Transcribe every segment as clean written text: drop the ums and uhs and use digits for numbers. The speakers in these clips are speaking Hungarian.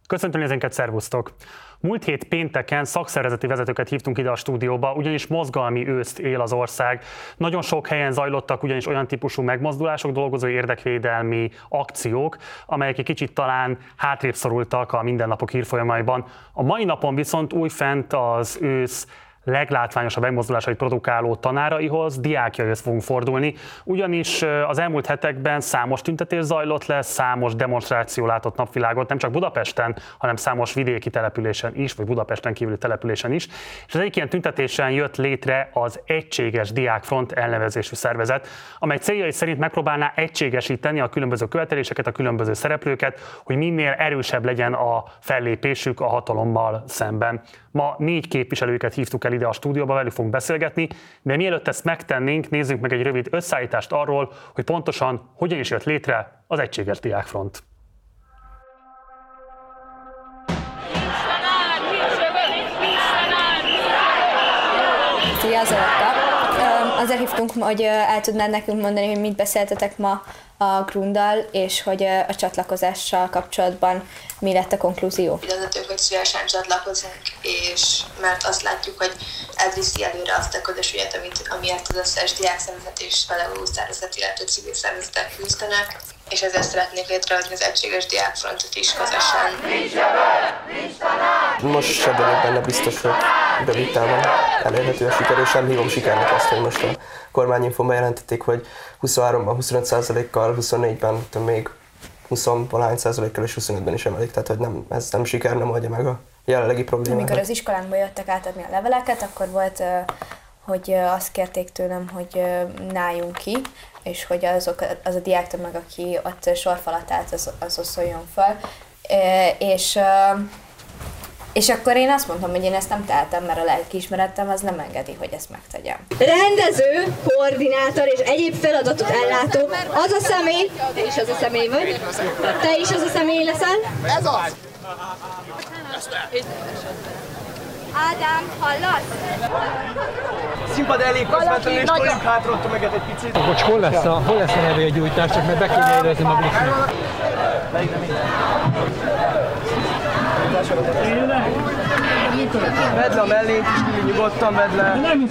Köszöntöm nézőinket, szervusztok! Múlt hét pénteken szakszervezeti vezetőket hívtunk ide a stúdióba, ugyanis mozgalmi őszt él az ország. Nagyon sok helyen zajlottak ugyanis olyan típusú megmozdulások, dolgozói érdekvédelmi akciók, amelyek egy kicsit talán hátrébb szorultak a mindennapok hírfolyamaiban. A mai napon viszont újfent az ősz leglátványosabb megmozdulásait produkáló tanáraihoz, diákjaihoz fogunk fordulni, ugyanis az elmúlt hetekben számos tüntetés zajlott le, számos demonstráció látott napvilágot, nem csak Budapesten, hanem számos vidéki településen is, vagy Budapesten kívüli településen is. És az egyik ilyen tüntetésen jött létre az Egységes Diákfront elnevezésű szervezet, amely céljai szerint megpróbálná egységesíteni a különböző követeléseket, a különböző szereplőket, hogy minél erősebb legyen a fellépésük a hatalommal szemben. Ma 4 képviselőket hívtuk el ide a stúdióba, velük fogunk beszélgetni, de mielőtt ezt megtennénk, nézzünk meg egy rövid összeállítást arról, hogy pontosan hogyan is jött létre az Egységes Diákfront. Szia, Zolta! Azért hívtunk, hogy el tudnád nekünk mondani, hogy mit beszéltetek ma a Grundal, és hogy a csatlakozással kapcsolatban mi lett a konklúzió. Vezetők, hogy szívesen csatlakozunk, és mert azt látjuk, hogy elviszi előre azt a közösséget, amiért az összes diákszervezet és pedagógus szervezet, illetve civil szervezetek küzdenek, és ezért szeretnék létrehozni az Egységes Diákfrontot is közösen. Most sem vagyok benne biztos, hogy rövid távon elérhető a siker, és nem hívom sikernek azt, hogy most a kormányinfón bejelentették, hogy 23-ban 25%-kal, 24-ben még 20-valahány% és 25-ben is emelik, tehát hogy nem, ez nem siker, nem oldja meg a jelenlegi problémát. Amikor az iskolánkba jöttek átadni a leveleket, akkor volt, hogy azt kérték tőlem, hogy náljunk ki, és hogy az a diáktömeg, aki ott sorfalat állt, az oszoljon fel. És akkor én azt mondtam, hogy én ezt nem tehetem, mert a lelkiismeretem az nem engedi, hogy ezt megtegyem. Rendező, koordinátor és egyéb feladatot ellátó az a személy, te is az a személy vagy, te is az a személy leszel. Ez az! Ádám, hallasz? Színpad elég közvetlenül, és toljunk hátra a tömeget egy picit. Bocs, hol lesz a levélgyújtás, csak mert be kéne érezni a bliknek. Vedd le a mellényt, nyugodtan vedd le.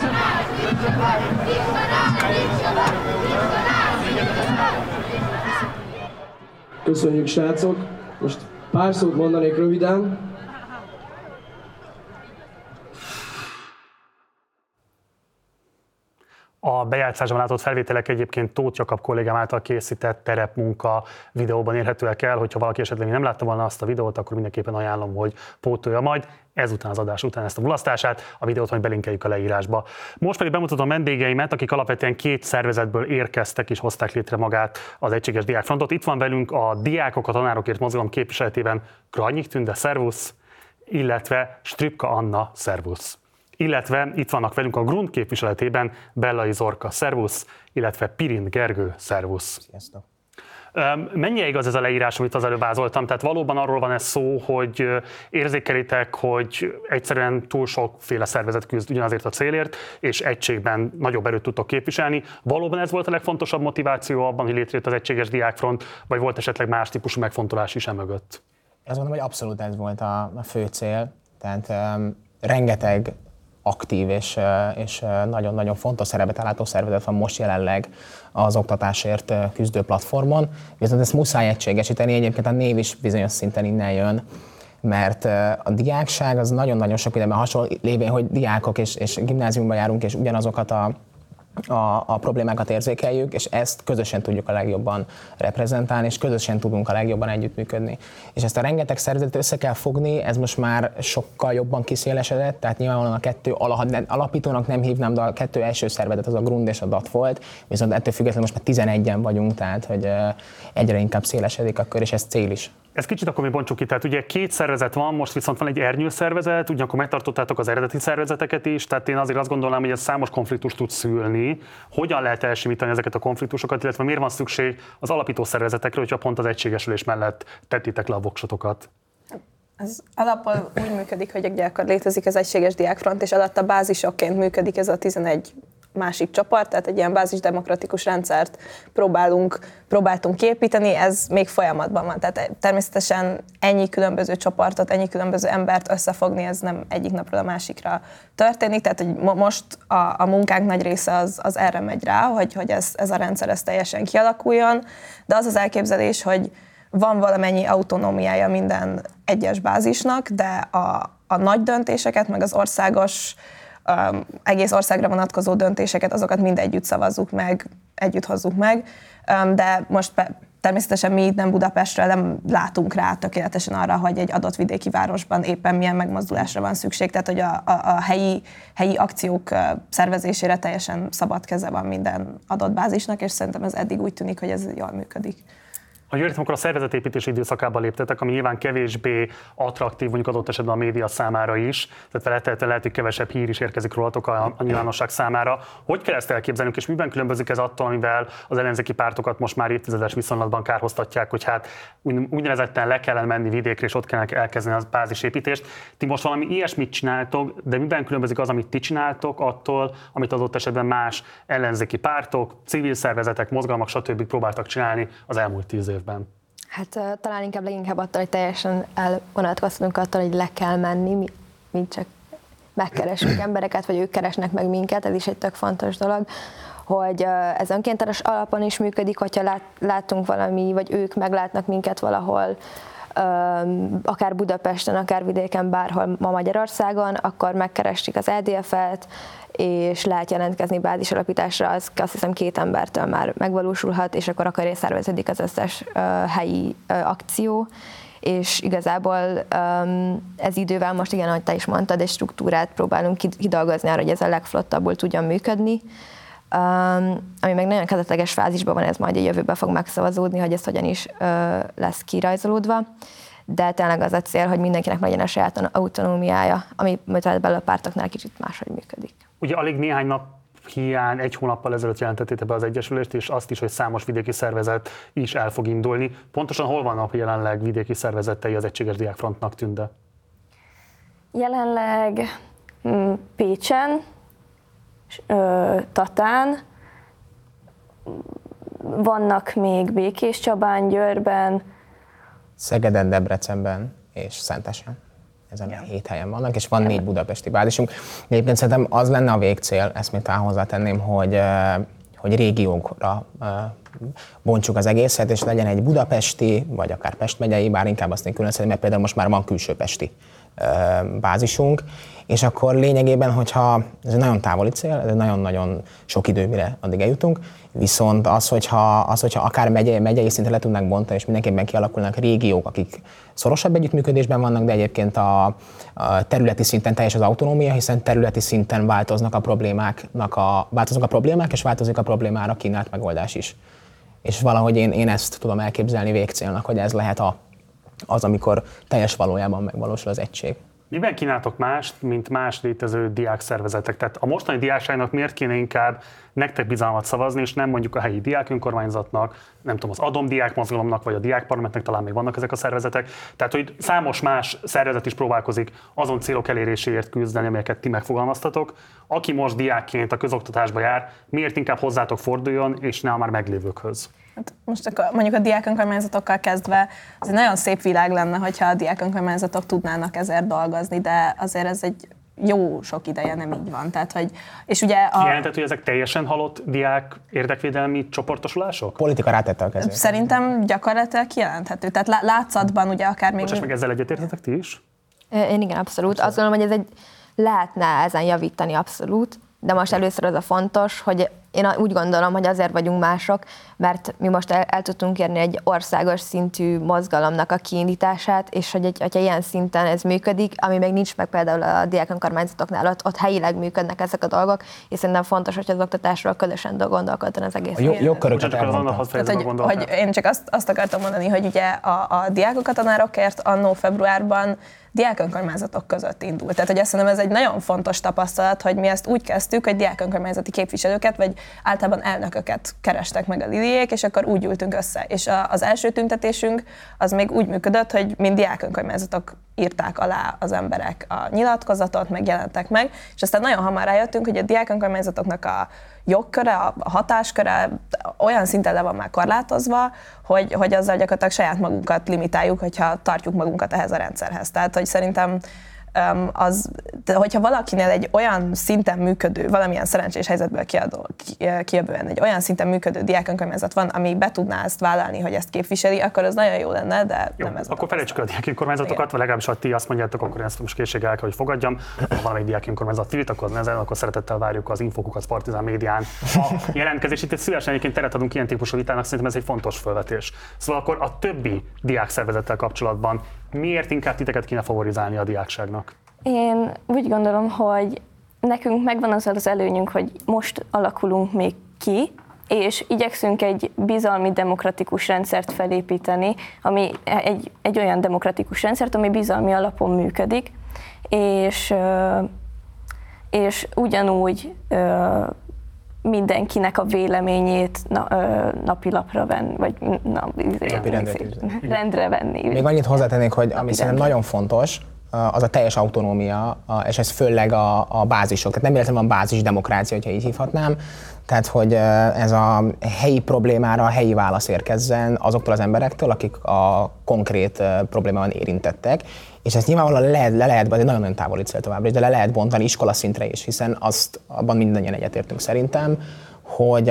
Köszönjük, srácok! Most pár szót mondanék röviden. A bejátszásban látott felvételek egyébként Tóth Jakab kollégám által készített terepmunka videóban érhetőek el, hogyha valaki esetleg nem látta volna azt a videót, akkor mindenképpen ajánlom, hogy pótolja majd ezután az adás után ezt a mulasztását, a videót majd belinkeljük a leírásba. Most pedig bemutatom vendégeimet, akik alapvetően 2 szervezetből érkeztek és hozták létre magát az Egységes Diákfrontot. Itt van velünk a Diákok a Tanárokért Mozgalom képviseletében Krajnyik Tünde, szervusz, illetve Stripka Anna, szervusz. Illetve itt vannak velünk a Grund képviseletében Bellai Zorka, szervusz, illetve Pirint Gergő, szervusz. Sziasztok. Mennyire igaz ez a leírás, amit az előbb vázoltam? Tehát valóban arról van ez szó, hogy érzékelitek, hogy egyszerűen túl sokféle szervezet küzd ugyanazért a célért, és egységben nagyobb erőt tudtok képviselni. Valóban ez volt a legfontosabb motiváció abban, hogy létrejött az Egységes Diákfront, vagy volt esetleg más típusú megfontolás is emögött? Azt mondom, hogy abszolút ez volt a fő cél. Tehát rengeteg aktív és nagyon-nagyon fontos szerepet ellátó szervezet van most jelenleg az oktatásért küzdő platformon, viszont ezt muszáj egységesíteni, egyébként a név is bizonyos szinten innen jön, mert a diákság az nagyon-nagyon sok mindenben hasonló, lévén, hogy diákok és gimnáziumba járunk, és ugyanazokat a problémákat érzékeljük, és ezt közösen tudjuk a legjobban reprezentálni, és közösen tudunk a legjobban együttműködni. És ezt a rengeteg szervezetet össze kell fogni, ez most már sokkal jobban kiszélesedett, tehát nyilvánvalóan a 2 alapítónak nem hívnám, de a 2 első szervezet az a Grund és a DAT volt, viszont ettől függetlenül most már 11-en vagyunk, tehát hogy egyre inkább szélesedik a kör, és ez cél is. Ez kicsit akkor mi bontsuk ki, tehát ugye 2 szervezet van, most viszont van egy ernyőszervezet, ugyanakkor megtartottátok az eredeti szervezeteket is, tehát én azért azt gondolom, hogy ez számos konfliktust tud szülni. Hogyan lehet elsimítani ezeket a konfliktusokat, illetve miért van szükség az alapító szervezetekre, hogyha pont az egységesülés mellett tettétek le a voksotokat? Az alapból úgy működik, hogy ugye akkor létezik az Egységes Diákfront, és alatta bázisokként működik ez a 11 másik csoport, tehát egy ilyen bázisdemokratikus rendszert próbáltunk kiépíteni, ez még folyamatban van. Tehát természetesen ennyi különböző csoportot, ennyi különböző embert összefogni, ez nem egyik napról a másikra történik, tehát hogy most a munkánk nagy része az erre megy rá, hogy ez a rendszer ez teljesen kialakuljon, de az az elképzelés, hogy van valamennyi autonómiája minden egyes bázisnak, de a nagy döntéseket, meg az országos, egész országra vonatkozó döntéseket, azokat mind együtt szavazzuk meg, együtt hozzuk meg, de most természetesen mi itt nem Budapestről nem látunk rá tökéletesen arra, hogy egy adott vidéki városban éppen milyen megmozdulásra van szükség, tehát hogy a helyi akciók szervezésére teljesen szabad keze van minden adott bázisnak, és szerintem ez eddig úgy tűnik, hogy ez jól működik. Ha jól értem, akkor a szervezetépítési időszakába léptetek, ami nyilván kevésbé attraktív mondjuk adott esetben a média számára is, tehát feltétlenül lehet, hogy kevesebb hír is érkezik rólatok a nyilvánosság számára. Hogy kell ezt elképzelnünk, és miben különbözik ez attól, amivel az ellenzéki pártokat most már évtizedes viszonylatban kárhoztatják, hogy hát úgynevezetten le kellene menni vidékre, és ott kellene elkezdeni a bázisépítést. Ti most valami ilyesmit csináltok, de miben különbözik az, amit ti csináltok attól, amit adott esetben más ellenzéki pártok, civil szervezetek, mozgalmak, stb. Próbáltak csinálni az elmúlt 10 évben? Hát talán leginkább attól, hogy teljesen elvonatkoztatunk attól, hogy le kell menni, mi csak megkeresünk embereket, vagy ők keresnek meg minket, ez is egy tök fontos dolog, hogy ez önkéntes alapon is működik, hogyha látunk valami, vagy ők meglátnak minket valahol, akár Budapesten, akár vidéken, bárhol ma Magyarországon, akkor megkeresik az EDF-et, és lehet jelentkezni bázisalapításra, az azt hiszem 2 embertől már megvalósulhat, és akkor szerveződik az összes helyi akció, és igazából ez idővel most igen, ahogy te is mondtad, egy struktúrát próbálunk kidolgozni arra, hogy ez a legflottabbul tudjon működni, ami meg nagyon kezdetleges fázisban van, ez majd a jövőben fog megszavazódni, hogy ez hogyan is lesz kirajzolódva, de tényleg az a cél, hogy mindenkinek legyen a saját autonómiája, ami belőle a pártoknál kicsit máshogy működik. Ugye alig néhány nap hiány, 1 hónappal ezelőtt jelentettétek be az Egyesülést, és azt is, hogy számos vidéki szervezet is el fog indulni. Pontosan hol vannak jelenleg vidéki szervezetei az Egységes Diákfrontnak, Tünde? Jelenleg Pécsen, Tatán, vannak még Békéscsabán, Győrben, Szegeden, Debrecenben és Szentesen. Ezen a 7 helyen vannak, és van 4 budapesti bázisunk. Egyébként szerintem az lenne a végcél, ezt még talán hozzátenném, hogy régiókra bontsuk az egészet, és legyen egy budapesti, vagy akár Pest megyei, bár inkább azt én külön szeretném, mert például most már van külsőpesti bázisunk, és akkor lényegében, hogyha ez egy nagyon távoli cél, ez nagyon-nagyon sok idő, mire addig eljutunk, viszont az, hogyha akár megyei szinten le tudnánk bontani, és mindenképpen kialakulnak régiók, akik szorosabb együttműködésben vannak, de egyébként a területi szinten teljes az autonómia, hiszen területi szinten változnak a problémák, és változik a problémára kínált megoldás is. És valahogy én ezt tudom elképzelni végcélnak, hogy ez lehet az, amikor teljes valójában megvalósul az egység. Miben kínáltok mást, mint más létező diákszervezetek? Tehát a mostani diákságnak miért kéne inkább nektek bizalmat szavazni, és nem mondjuk a helyi diákönkormányzatnak, nem tudom, az Adom diákmozgalomnak, vagy a diákparlamentnek, talán még vannak ezek a szervezetek. Tehát, hogy számos más szervezet is próbálkozik azon célok eléréséért küzdeni, amelyeket ti megfogalmaztatok. Aki most diákként a közoktatásba jár, miért inkább hozzátok forduljon, és ne a már meglévőkhöz? Hát most akkor mondjuk a diákönkormányzatokkal kezdve, az egy nagyon szép világ lenne, hogyha a diákönkormányzatok tudnának ezért dolgozni, de azért ez egy jó sok ideje nem így van. Tehát, hogy, és ugye kijelentett, hogy ezek teljesen halott diák érdekvédelmi csoportosulások? Politika rátette a kezét. Szerintem gyakorlatilag kijelenthető. Tehát látszatban ugye akár még... Most meg ezzel egyetértetek ti is? Én igen, abszolút. Azt gondolom, hogy lehetne ezen javítani abszolút, de most először az a fontos, hogy én úgy gondolom, hogy azért vagyunk mások, mert mi most el tudtunk érni egy országos szintű mozgalomnak a kiindítását, és hogyha ilyen szinten ez működik, ami még nincs meg például a diákönkormányzatoknál, ott helyileg működnek ezek a dolgok, és szerintem fontos, hogy az oktatásról közösen gondolkodjon az egész. Jogköröket elmondtam. Hogy én csak azt akartam mondani, hogy ugye a diákok a tanárokért annó februárban diákönkormányzatok között indult. Tehát, hogy azt mondom, ez egy nagyon fontos tapasztalat, hogy mi ezt úgy kezdtük, hogy diákönkormányzati képviselőket, vagy általában elnököket kerestek meg a Liliék, és akkor úgy ültünk össze. És az első tüntetésünk az még úgy működött, hogy mind diákönkormányzatok írták alá az emberek a nyilatkozatot, meg jelentek meg, és aztán nagyon hamar rájöttünk, hogy a diákönkormányzatoknak a jogköre, a hatásköre olyan szinten le van már korlátozva, hogy azzal gyakorlatilag saját magunkat limitáljuk, hogyha tartjuk magunkat ehhez a rendszerhez. Tehát, hogy szerintem hogyha valakinél egy olyan szinten működő, valamilyen szerencsés helyzetből kijövően egy olyan szinten működő diákönkormányzat van, ami be tudná ezt vállalni, hogy ezt képviseli, akkor az nagyon jó lenne, de jó, nem ez. Akkor felejtsük a diákönkormányzatokat, vagy legalábbis ha ti azt mondjátok, akkor ezt most készséggel kell, hogy fogadjam. Ha valamelyik diákönkormányzat tiltakozna ezzel, akkor szeretettel várjuk az Infokukat Partizán médián a jelentkezést. Itt szívesen egyébként teret adunk ilyen típusú vitának, szerintem ez egy fontos felvetés. Szóval akkor a többi diákszervezettel kapcsolatban miért inkább titeket kéne favorizálni a diákságnak? Én úgy gondolom, hogy nekünk megvan az előnyünk, hogy most alakulunk még ki, és igyekszünk egy bizalmi demokratikus rendszert felépíteni, ami egy olyan demokratikus rendszert, ami bizalmi alapon működik, és ugyanúgy mindenkinek a véleményét napilapra venni, vagy rendre venni. Még annyit hozzátennék, hogy ami szerintem nagyon fontos, az a teljes autonómia, és ez főleg a bázisok. Tehát nem véletlenül van bázis demokrácia, hogyha így hívhatnám. Tehát, hogy ez a helyi problémára a helyi válasz érkezzen azoktól az emberektől, akik a konkrét problémában érintettek. És ezt nyilvánvalóan le lehet, ez egy nagyon-nagyon távoli cél továbbra is, de le lehet bontani iskola szintre is, hiszen abban mindannyian egyetértünk szerintem, hogy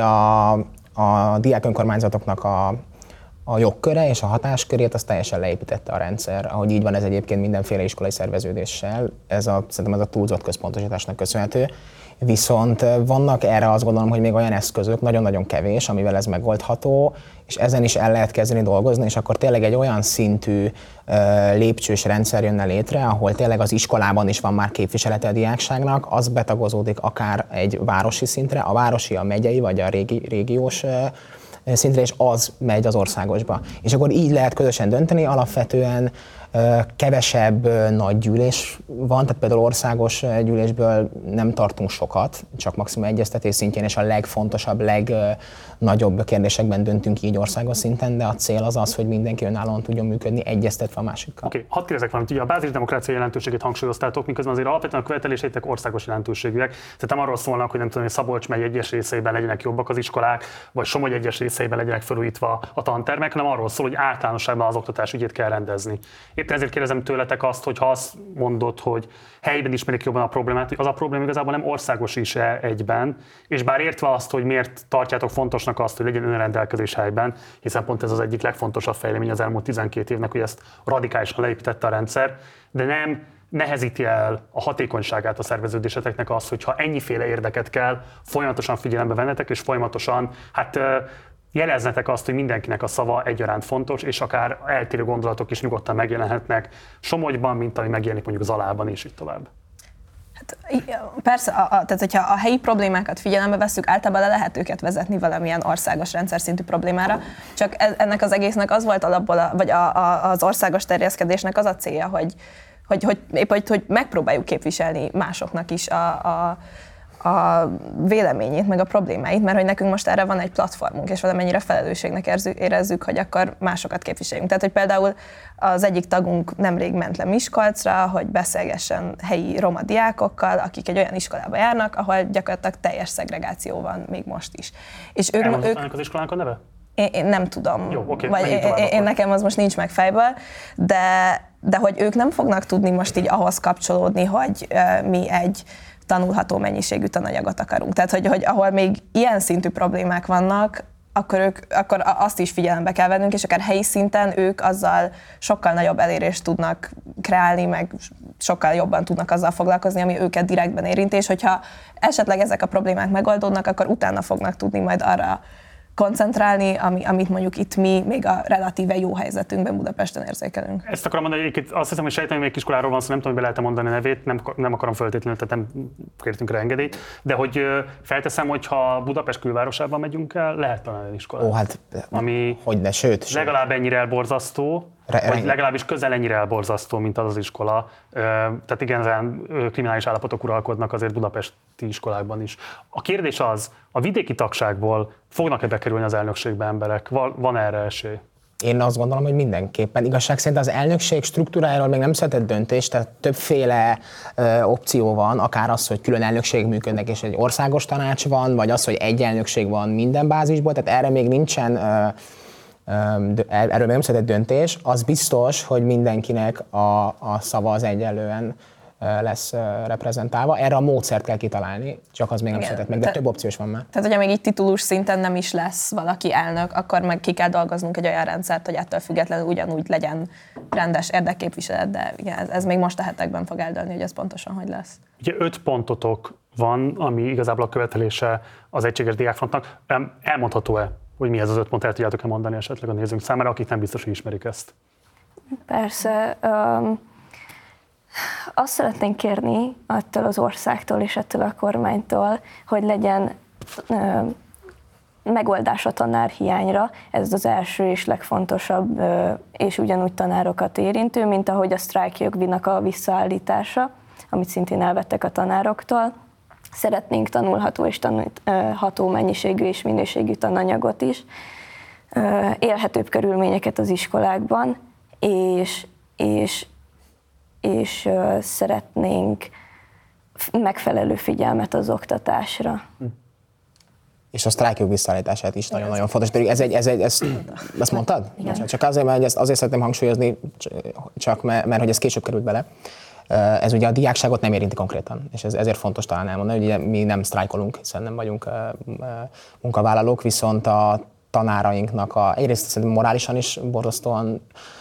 a diákönkormányzatoknak a jogköre és a hatáskörét az teljesen leépítette a rendszer, ahogy így van ez egyébként mindenféle iskolai szerveződéssel, szerintem ez a túlzott központosításnak köszönhető. Viszont vannak erre azt gondolom, hogy még olyan eszközök, nagyon-nagyon kevés, amivel ez megoldható, és ezen is el lehet kezdeni dolgozni, és akkor tényleg egy olyan szintű lépcsős rendszer jönne létre, ahol tényleg az iskolában is van már képviselete a diákságnak, az betagozódik akár egy városi szintre, a városi, a megyei vagy a régiós szintre, és az megy az országosba. És akkor így lehet közösen dönteni, alapvetően kevesebb nagy gyűlés van, tehát például országos gyűlésből nem tartunk sokat, csak maximum egyeztetés szintjén, és a legfontosabb, legnagyobb kérdésekben döntünk így országos szinten, de a cél az az, hogy mindenki önállóan tudjon működni, egyeztetve a másikkal. Oké, hadd kérdezek valamit, ugye a bázisdemokrácia jelentőségét hangsúlyoztátok, miközben azért alapvetően a követeléseitek országos jelentőségűek. Tehát nem arról szólnak, hogy nem tudom, hogy Szabolcs megy egyes részeiben legyenek jobbak az iskolák, vagy Somogy egyes részeiben legyenek felújítva a tantermek, hanem arról szól, hogy általánosságban az oktatás ügyét kell rendezni. Éppen ezért kérdezem tőletek azt, hogy ha azt mondod, hogy helyben ismerik jobban a problémát, hogy az a probléma igazából nem országos is egyben, és bár értve azt, hogy miért tartjátok fontosnak azt, hogy legyen önrendelkezés helyben, hiszen pont ez az egyik legfontosabb fejlemény az elmúlt 12 évnek, hogy ezt radikálisan leépítette a rendszer, de nem nehezíti el a hatékonyságát a szerveződéseteknek az, hogyha ennyiféle érdeket kell folyamatosan figyelembe vennetek, és folyamatosan jeleznetek azt, hogy mindenkinek a szava egyaránt fontos, és akár eltérő gondolatok is nyugodtan megjelenhetnek Somogyban, mint ami megjelenik mondjuk Zalában, és így tovább. Hát, persze, tehát hogyha a helyi problémákat figyelembe vesszük, általában le lehet őket vezetni valamilyen országos rendszer szintű problémára, csak ennek az egésznek az volt alapból, vagy az országos terjeszkedésnek az a célja, hogy megpróbáljuk képviselni másoknak is a véleményét, meg a problémáit, mert hogy nekünk most erre van egy platformunk, és valamennyire felelősségnek érezzük, hogy akkor másokat képviseljünk. Tehát, hogy például az egyik tagunk nemrég ment le Miskolcra, hogy beszélgessen helyi roma diákokkal, akik egy olyan iskolába járnak, ahol gyakorlatilag teljes szegregáció van még most is. És ők az iskolának a neve? Én nem tudom, jó, okay, vagy nekem az most nincs meg fejből, de hogy ők nem fognak tudni most így ahhoz kapcsolódni, hogy mi egy tanulható mennyiségű tananyagot akarunk. Tehát, hogy ahol még ilyen szintű problémák vannak, akkor azt is figyelembe kell vennünk, és akár helyi szinten ők azzal sokkal nagyobb elérést tudnak kreálni, meg sokkal jobban tudnak azzal foglalkozni, ami őket direktben érinti, és hogyha esetleg ezek a problémák megoldódnak, akkor utána fognak tudni majd arra koncentrálni, amit mondjuk itt mi még a relatíve jó helyzetünkben Budapesten érzékelünk. Ezt akarom mondani, hogy azt hiszem, hogy sejtem, hogy még iskoláról van szó, nem tudom, hogy be lehet mondani a nevét, nem akarom feltétlenül, tehát nem kértünk rá engedélyt, de hogy felteszem, hogy ha Budapest külvárosában megyünk el, lehet talán egy iskola. Ó, hát ami hogyne, sőt. Legalább ennyire elborzasztó, Vagy legalábbis közel ennyire elborzasztó, mint az iskola. Tehát igen, kriminális állapotok uralkodnak azért budapesti iskolákban is. A kérdés az, a vidéki tagságból fognak-e bekerülni az elnökségbe emberek? Van erre esély? Én azt gondolom, hogy mindenképpen. Igazság szerint az elnökség struktúrájáról még nem született döntés, tehát többféle opció van, akár az, hogy külön elnökség működnek és egy országos tanács van, vagy az, hogy egy elnökség van minden bázisból, tehát erre még nincsen, erről még nem született döntés. Az biztos, hogy mindenkinek a szava az egyenlően lesz reprezentálva. Erre a módszert kell kitalálni, csak az még nem született meg, de több opciós van már. Tehát, hogyha még így titulus szinten nem is lesz valaki elnök, akkor meg ki kell dolgoznunk egy olyan rendszert, hogy ettől függetlenül ugyanúgy legyen rendes érdekképviselet, de igen, ez még most a hetekben fog eldőlni, hogy ez pontosan hogy lesz. Ugye 5 pontotok van, ami igazából a követelése az Egységes Diákfrontnak. Elmondható-e, hogy mi ez az 5 pont, el tudjátok-e mondani esetleg a nézőnk számára, akik nem biztos, hogy ismerik ezt? Persze. Azt szeretnénk kérni attól az országtól és ettől a kormánytól, hogy legyen megoldás a tanárhiányra. Ez az első és legfontosabb, és ugyanúgy tanárokat érintő, mint ahogy a sztrájkjognak a visszaállítása, amit szintén elvettek a tanároktól. Szeretnénk tanulható és tanulható mennyiségű és minőségű tananyagot is, élhetőbb körülményeket az iskolákban, és szeretnénk megfelelő figyelmet az oktatásra. És a sztrájkjog visszaállítását is nagyon-nagyon fontos. Pedig ezt mondtad? Igen. Csak azért, mert azért szeretném hangsúlyozni, csak mert hogy ez később került bele. Ez ugye a diákságot nem érinti konkrétan, és ezért fontos talán elmondani, hogy mi nem sztrájkolunk, hiszen nem vagyunk munkavállalók, viszont a tanárainknak egyrészt szerintem morálisan is borzasztóan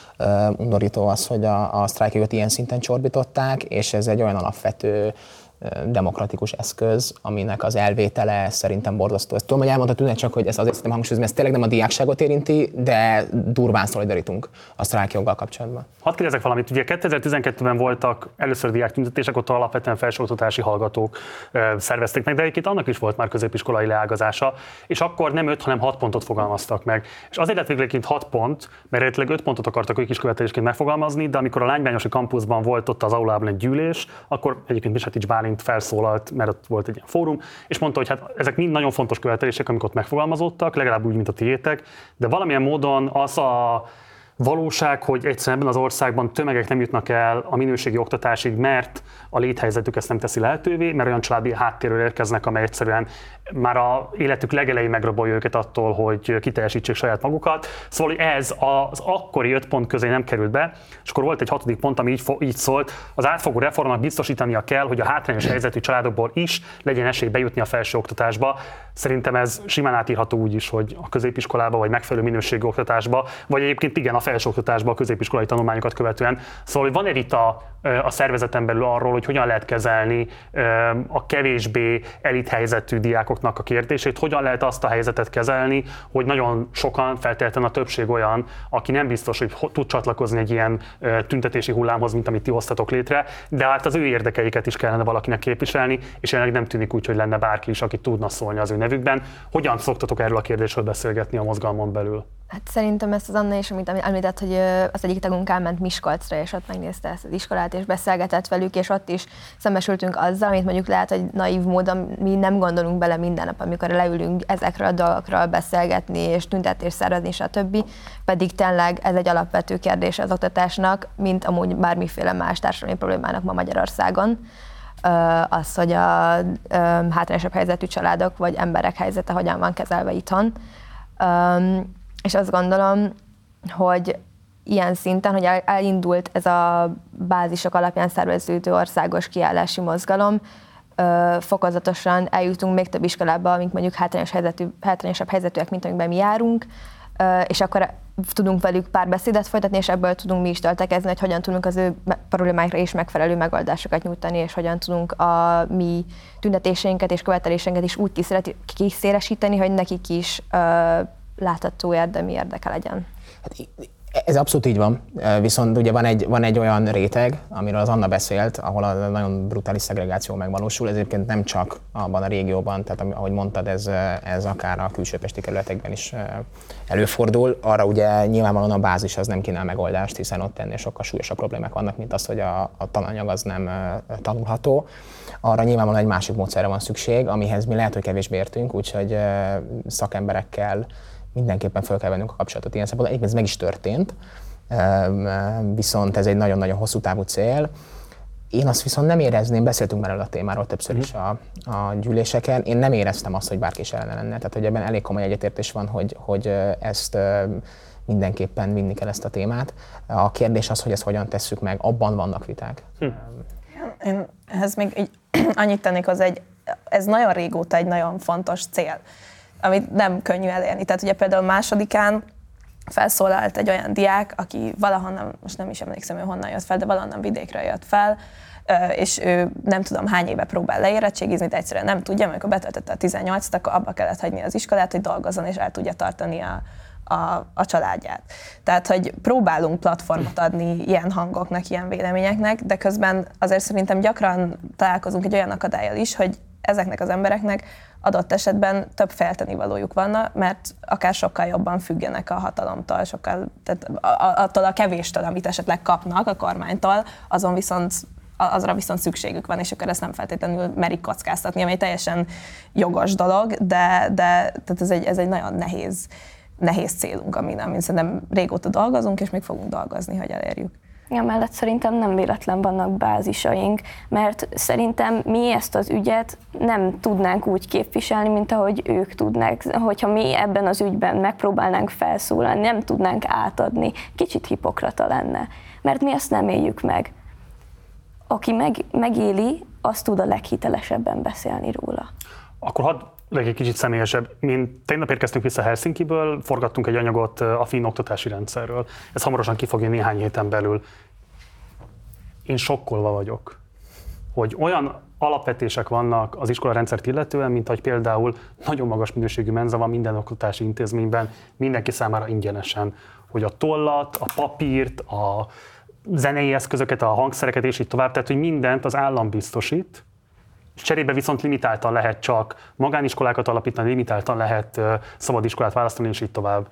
undorító az, hogy a sztrájkjogot ilyen szinten csorbították, és ez egy olyan alapvető demokratikus eszköz, aminek az elvétele szerintem borzasztó. Ezt tudom, hogy elmondta Tünet, csak hogy ez azért szeretném hangsúlyozni, mert ez tényleg nem a diákságot érinti, de durván szolidarítunk a sztrájkjoggal kapcsolatban. Hadd kérdezek valamit, ugye 2012-ben voltak először diáktüntetések, ott alapvetően felsőoktatási hallgatók szervezték meg, de egyébként annak is volt már középiskolai leágazása, és akkor nem 5, hanem 6 pontot fogalmaztak meg. És azért lett végleként 6 pont, mert eredetileg 5 pontot akartak ők is követelésként megfogalmazni, de amikor a Lánybányosi kampuszban volt ott az aulában egy gyűlés, akkor egyébként Misetics Bálint felszólalt, mert ott volt egy ilyen fórum, és mondta, hogy hát ezek mind nagyon fontos követelések, amik ott megfogalmazódtak, legalább úgy, mint a tiétek, de valamilyen módon az a valóság, hogy egyszerűen ebben az országban tömegek nem jutnak el a minőségi oktatásig, mert a léthelyzetük ezt nem teszi lehetővé, mert olyan családi háttérről érkeznek, amely egyszerűen már a életük legelején megrabolja őket attól, hogy kiteljesítsék saját magukat. Szóval ez az akkori 5 pont közé nem került be, és akkor volt egy 6. pont, ami így szólt, az átfogó reformnak biztosítania kell, hogy a hátrányos helyzetű családokból is legyen esély bejutni a felsőoktatásba. Szerintem ez simán átírható úgy is, hogy a középiskolába, vagy megfelelő minőségű oktatásba, vagy egyébként igen, a felsőoktatásba, a középiskolai tanulmányokat követően. Szóval van egy vita a szervezeten belül arról, hogy hogyan lehet kezelni a kevésbé elit helyzetű diákoknak a kérdését, hogyan lehet azt a helyzetet kezelni, hogy nagyon sokan, feltétlenül a többség olyan, aki nem biztos, hogy tud csatlakozni egy ilyen tüntetési hullámhoz, mint amit ti hoztatok létre, de hát az ő érdekeiket is kellene valakinek képviselni, és jelenleg nem tűnik úgy, hogy lenne bárki is, aki tudna szólni az ő nevükben. Hogyan szoktatok erről a kérdésről beszélgetni a mozgalmon belül? Hát szerintem ezt az Anna is, amit említett, hogy az egyik tagunk elment Miskolcra, és ott megnézte ezt az iskolát, és beszélgetett velük, és ott is szembesültünk azzal, amit mondjuk lehet, hogy naív módon mi nem gondolunk bele minden nap, amikor leülünk ezekről a dolgokról beszélgetni, és tüntetést szervezni, stb. Pedig tényleg ez egy alapvető kérdés az oktatásnak, mint amúgy bármiféle más társadalmi problémának ma Magyarországon. Az, hogy a hátrányosabb helyzetű családok vagy emberek helyzete hogyan van kezelve itthon. És azt gondolom, hogy ilyen szinten, hogy elindult ez a bázisok alapján szerveződő országos kiállási mozgalom, fokozatosan eljutunk még több iskolába, amik mondjuk hátrányosabb helyzetűek, mint amiben mi járunk, és akkor tudunk velük párbeszédet folytatni, és ebből tudunk mi is töltekezni, hogy hogyan tudunk az ő problémáikra is megfelelő megoldásokat nyújtani, és hogyan tudunk a mi tüntetéseinket és követeléseinket is úgy kiszélesíteni, hogy nekik is látható érdemi érdeke legyen. Hát Ez abszolút így van, viszont ugye van egy olyan réteg, amiről az Anna beszélt, ahol a nagyon brutális szegregáció megvalósul, ez egyébként nem csak abban a régióban, tehát ahogy mondtad, ez akár a külsőpesti kerületekben is előfordul. Arra ugye nyilvánvalóan a bázis az nem kínál megoldást, hiszen ott ennél sokkal súlyosabb problémák vannak, mint az, hogy a tananyag az nem tanulható. Arra nyilvánvalóan egy másik módszerre van szükség, amihez mi lehet, hogy kevésbé értünk, úgyhogy szakemberekkel mindenképpen fel kell vennünk a kapcsolatot ilyen szempontból. Egyébként ez meg is történt, viszont ez egy nagyon-nagyon hosszú távú cél. Én azt viszont nem érezném, beszéltünk már erről a témáról többször is a gyűléseken, én nem éreztem azt, hogy bárki is ellene lenne. Tehát, hogy ebben elég komoly egyetértés van, hogy ezt mindenképpen vinni kell ezt a témát. A kérdés az, hogy ezt hogyan tesszük meg, abban vannak viták. Én ehhez még annyit tennék, ez nagyon régóta egy nagyon fontos cél, amit nem könnyű elérni. Tehát ugye például másodikán felszólalt egy olyan diák, aki valahonnan, most nem is emlékszem, ő honnan jött fel, de valahonnan vidékről jött fel, és ő nem tudom hány éve próbál leérettségizni, de egyszerűen nem tudja, amikor betöltötte a 18-t, akkor abba kellett hagyni az iskolát, hogy dolgozzon és el tudja tartani a családját. Tehát, hogy próbálunk platformot adni ilyen hangoknak, ilyen véleményeknek, de közben azért szerintem gyakran találkozunk egy olyan akadállyal is, hogy ezeknek az embereknek adott esetben több feltennivalójuk van, mert akár sokkal jobban függenek a hatalomtól, tehát attól a kevéstől, amit esetleg kapnak a kormánytól, azra viszont szükségük van, és akkor ezt nem feltétlenül merik kockáztatni, ami egy teljesen jogos dolog, de tehát ez egy nagyon nehéz célunk, amin szerintem régóta dolgozunk, és még fogunk dolgozni, hogy elérjük. Emellett szerintem nem véletlen vannak bázisaink, mert szerintem mi ezt az ügyet nem tudnánk úgy képviselni, mint ahogy ők tudnák. Hogyha mi ebben az ügyben megpróbálnánk felszólalni, nem tudnánk átadni, kicsit hipokrata lenne, mert mi ezt nem éljük meg. Aki megéli, az tud a leghitelesebben beszélni róla. Akkor hadd legyek egy kicsit személyesebb. Mi tegnap érkeztünk vissza Helsinkiből, forgattunk egy anyagot a finn oktatási rendszerről. Ez hamarosan ki fog jönni néhány héten belül. Én sokkolva vagyok, hogy olyan alapvetések vannak az iskolarendszert illetően, mint hogy például nagyon magas minőségű menza van minden oktatási intézményben, mindenki számára ingyenesen. Hogy a tollat, a papírt, a zenei eszközöket, a hangszereket és így tovább, tehát hogy mindent az állam biztosít, és cserébe viszont limitáltan lehet csak magániskolákat alapítani, limitáltan lehet szabad iskolát választani, és így tovább.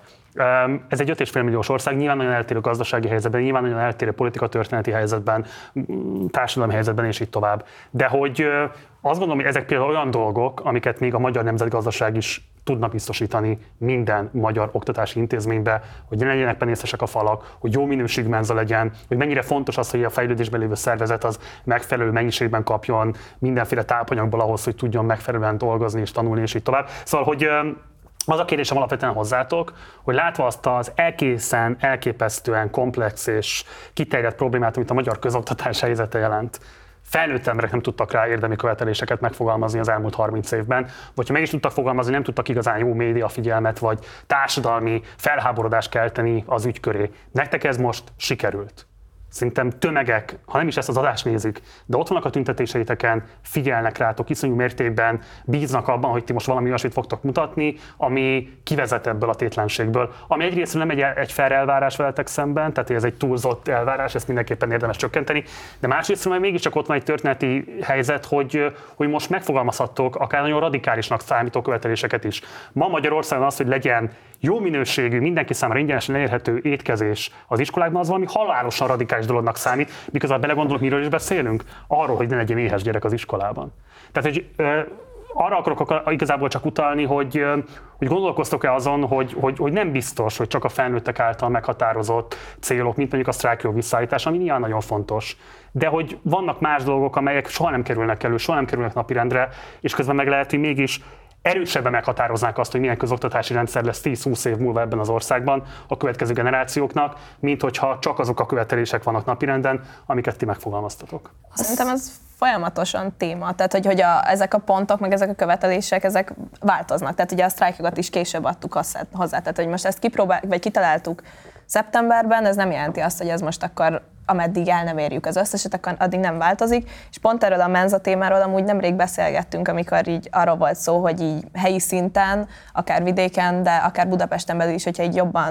Ez egy 5,5 milliós ország, nyilván nagyon eltérő gazdasági helyzetben, nyilván nagyon eltérő politika-történeti helyzetben, társadalmi helyzetben, és így tovább. De hogy azt gondolom, hogy ezek például olyan dolgok, amiket még a magyar nemzetgazdaság is tudna biztosítani minden magyar oktatási intézménybe, hogy ne legyenek penészesek a falak, hogy jó minőségű menza legyen, hogy mennyire fontos az, hogy a fejlődésben lévő szervezet az megfelelő mennyiségben kapjon mindenféle tápanyagból ahhoz, hogy tudjon megfelelően dolgozni és tanulni, és így tovább. Szóval, hogy az a kérdésem alapvetően hozzátok, hogy látva azt az elképesztően komplex és kiterjedt problémát, amit a magyar közoktatás helyzete jelent, felnőtt emberek nem tudtak rá érdemi követeléseket megfogalmazni az elmúlt 30 évben, vagy ha meg is tudtak fogalmazni, nem tudtak igazán jó média figyelmet, vagy társadalmi felháborodást kelteni az ügy köré. Nektek ez most sikerült. Szerintem tömegek, ha nem is ezt az adást nézik, de ott vannak a tüntetéseiteken, figyelnek rátok, iszonyú mértékben bíznak abban, hogy ti most valami olyasmit fogtok mutatni, ami kivezet ebből a tétlenségből. Ami egyrészt nem egy fair elvárás veletek szemben, tehát ez egy túlzott elvárás, ezt mindenképpen érdemes csökkenteni, de másrészt mégiscsak ott van egy történeti helyzet, hogy most megfogalmazhattok akár nagyon radikálisnak számító követeléseket is. Ma Magyarországon az, hogy legyen jó minőségű, mindenki számára ingyenesen elérhető étkezés az iskolákban, az valami halálosan radikális dolognak számít, miközben belegondolok, miről is beszélünk? Arról, hogy ne legyen éhes gyerek az iskolában. Tehát, hogy arra akarok igazából csak utalni, hogy gondolkoztok-e azon, hogy nem biztos, hogy csak a felnőttek által meghatározott célok, mint mondjuk a sztrájkjog visszaállítása, ami nyilván nagyon fontos, de hogy vannak más dolgok, amelyek soha nem kerülnek elő, soha nem kerülnek napirendre, és közben meg lehet, hogy mégis erősebben meghatároznák azt, hogy milyen közoktatási rendszer lesz 10-20 év múlva ebben az országban a következő generációknak, mint hogyha csak azok a követelések vannak napirenden, amiket ti megfogalmaztatok. Szerintem ez folyamatosan téma, tehát hogy ezek a pontok, meg ezek a követelések, ezek változnak. Tehát ugye a sztrájkjogot is később adtuk hozzá, tehát hogy most ezt kitaláltuk szeptemberben, ez nem jelenti azt, hogy ez most akkor ameddig el nem érjük az összeset, akkor addig nem változik, és pont erről a menza témáról amúgy nemrég beszélgettünk, amikor így arról volt szó, hogy így helyi szinten, akár vidéken, de akár Budapesten belül is, hogyha így jobban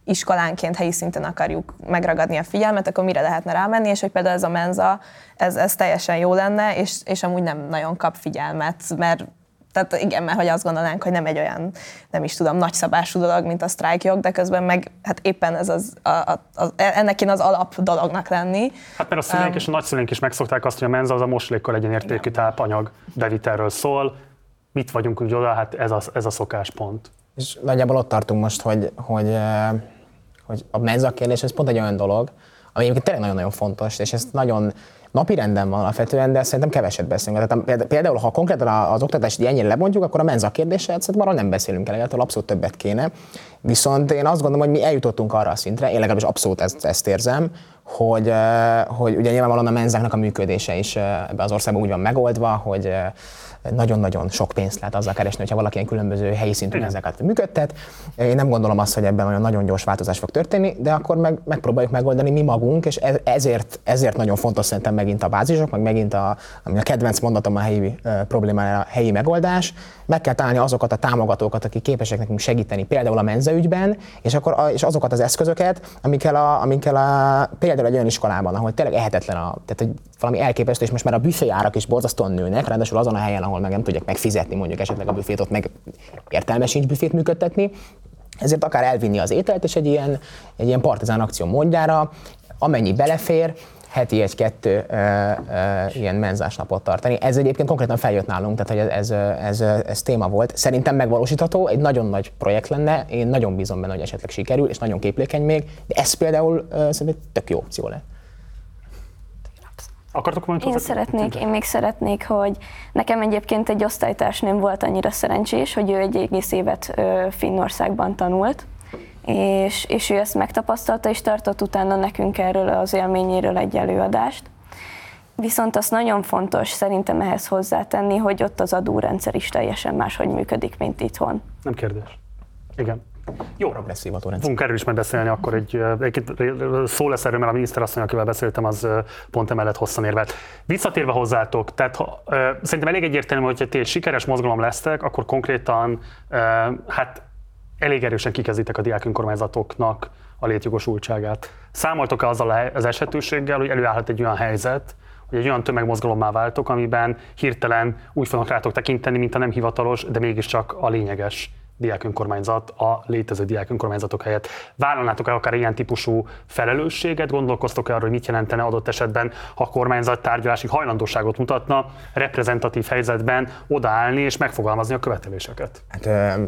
iskolánként helyi szinten akarjuk megragadni a figyelmet, akkor mire lehetne rámenni, és hogy például ez a menza, ez teljesen jó lenne, és amúgy nem nagyon kap figyelmet, mert hogy azt gondolnánk, hogy nem egy olyan, nem is tudom, nagyszabású dolog, mint a sztrájkjog, de közben meg hát éppen ez ennek kéne az alap dolognak lenni. Hát mert a szüleink és a nagyszüleink is megszokták azt, hogy a menza az a moslékkal egyenértékű tápanyag bevitelről szól. Mit vagyunk úgy oda, hát ez a szokáspont. És nagyjából ott tartunk most, hogy a menza kérdés, ez pont egy olyan dolog, ami egyébként tényleg nagyon-nagyon fontos, és ez nagyon napirenden van alapvetően, de szerintem keveset beszélünk. Tehát például, ha konkrétan az oktatást ennyire lebontjuk, akkor a menza kérdéset szerintem arról nem beszélünk eleget, abszolút többet kéne. Viszont én azt gondolom, hogy mi eljutottunk arra a szintre, én legalábbis abszolút ezt érzem, hogy ugye nyilvánvalóan a menzáknak a működése is ebben az országban úgy van megoldva, hogy nagyon-nagyon sok pénzt lehet azzal keresni, hogyha valaki ilyen különböző helyi szintű menzeket működtet. Én nem gondolom azt, hogy ebben olyan nagyon gyors változás fog történni, de akkor megpróbáljuk megoldani mi magunk, és ezért nagyon fontos szerintem megint a bázisok, meg megint ami a kedvenc mondatom a helyi problémára, a helyi megoldás. Meg kell találni azokat a támogatókat, akik képesek nekünk segíteni, például a menzaügyben, és azokat az eszközöket, amikkel például egy olyan iskolában, ahol tényleg ehetetlen tehát hogy valami elképesztő, és most már a büféárak is borzasztóan nőnek, ráadásul azon a helyen, ahol meg nem tudják megfizetni mondjuk esetleg a büfét, ott meg értelme sincs büfét működtetni. Ezért akár elvinni az ételt, és egy ilyen partizán akció módjára, amennyi belefér, heti 1-2 ilyen menzás napot tartani. Ez egyébként konkrétan feljött nálunk, tehát hogy ez téma volt. Szerintem megvalósítható, egy nagyon nagy projekt lenne, én nagyon bízom benne, hogy esetleg sikerül, és nagyon képlékeny még, de ez például szerintem tök jó opció lett. Én még szeretnék, hogy nekem egyébként egy osztálytársnőm volt annyira szerencsés, hogy ő egy egész évet Finnországban tanult, és ő ezt megtapasztalta, és tartott utána nekünk erről az élményéről egy előadást. Viszont az nagyon fontos szerintem ehhez hozzátenni, hogy ott az adórendszer is teljesen máshogy működik, mint itthon. Nem kérdés. Igen. Jó, progresszív adórendszer. Fogunk erről is majd beszélni, akkor egy szó lesz erről, mert a miniszterasszony, akivel beszéltem, az pont emellett hosszan érvelt. Visszatérve hozzátok, tehát szerintem elég egyértelmű, hogyha ti egy sikeres mozgalom lesztek, akkor konkrétan hát elég erősen kikezditek a diák önkormányzatoknak a létjogosultságát. Számoltok-e azzal az esetőséggel, hogy előállhat egy olyan helyzet, hogy egy olyan tömegmozgalommá váltok, amiben hirtelen úgy fognak rátok tekinteni, mint a nem hivatalos, de mégiscsak a lényeges diákönkormányzat a létező diákönkormányzatok helyett. Vállalnátok-e akár ilyen típusú felelősséget? Gondolkoztok-e arra, hogy mit jelentene adott esetben, ha a kormányzat tárgyalási hajlandóságot mutatna reprezentatív helyzetben odaállni és megfogalmazni a követeléseket? Hát,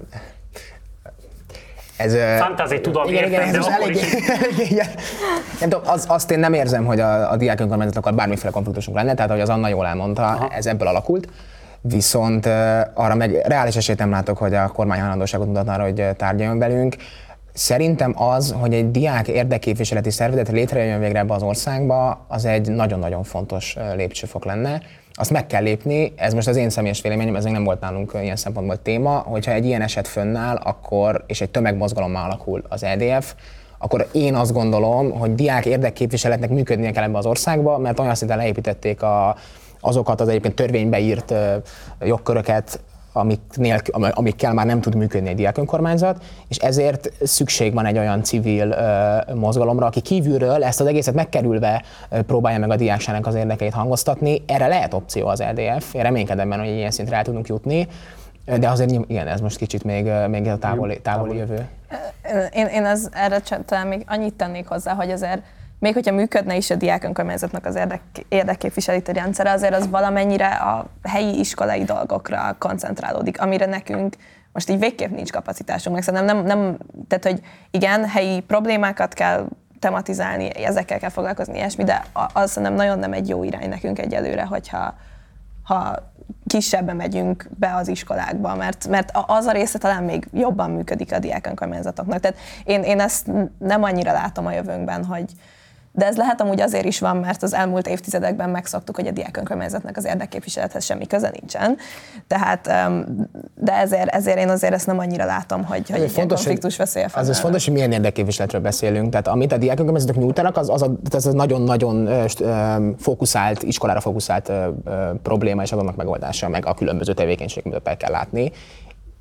ez fantázi tudom, értem, de akkor is. Nem tudom, azt én nem érzem, hogy a diák önkormányzatokkal bármiféle konfliktusunk lenne, tehát ahogy az Anna jól elmondta, ez ebből alakult. Viszont arra meg reális esélyt nem látok, hogy a kormány hajlandóságot mutatna arra, hogy tárgyaljon velünk. Szerintem az, hogy egy diák érdekképviseleti szervezet létrejön végre ebbe az országba, az egy nagyon-nagyon fontos lépcsőfok lenne. Azt meg kell lépni, ez most az én személyes véleményem, ez még nem volt nálunk ilyen szempontból téma, hogyha egy ilyen eset fönnáll, akkor, és egy tömegmozgalommá alakul az EDF, akkor én azt gondolom, hogy diák érdekképviseletnek működnie kell ebbe az országba, mert olyan szinten leépítették azokat az egyébként törvénybe írt jogköröket, amikkel már nem tud működni egy diákönkormányzat, és ezért szükség van egy olyan civil mozgalomra, aki kívülről ezt az egészet megkerülve próbálja meg a diákságnak az érdekeit hangoztatni. Erre lehet opció az EDF, én reménykedem benne, hogy ilyen szintre el tudunk jutni, de azért igen, ez most kicsit még a távoli jövő. Én erre talán még annyit tennék hozzá, hogy azért még hogyha működne is a diákönkormányzatnak az érdekképviseleti rendszere, azért az valamennyire a helyi iskolai dolgokra koncentrálódik, amire nekünk most így végképp nincs kapacitásunk. Meg szerintem nem, tehát hogy igen, helyi problémákat kell tematizálni, ezekkel kell foglalkozni, ilyesmi, de az szerintem nagyon nem egy jó irány nekünk egyelőre, hogyha kisebben megyünk be az iskolákba, mert az a része talán még jobban működik a diákönkormányzatoknak. Tehát én ezt nem annyira látom a jövőnkben, de ez lehet amúgy azért is van, mert az elmúlt évtizedekben megszoktuk, hogy a diákönkormányzatnak az érdekképviselethez semmi köze nincsen. Tehát, de ezért én azért ezt nem annyira látom, hogy egy konfliktus veszélye fennáll. Ez fontos, hogy milyen érdekképviseletről beszélünk. Tehát amit a diákönkormányzatok nyújtanak, az nagyon-nagyon fókuszált, iskolára fókuszált probléma és azonnak megoldása, meg a különböző tevékenységeket kell látni.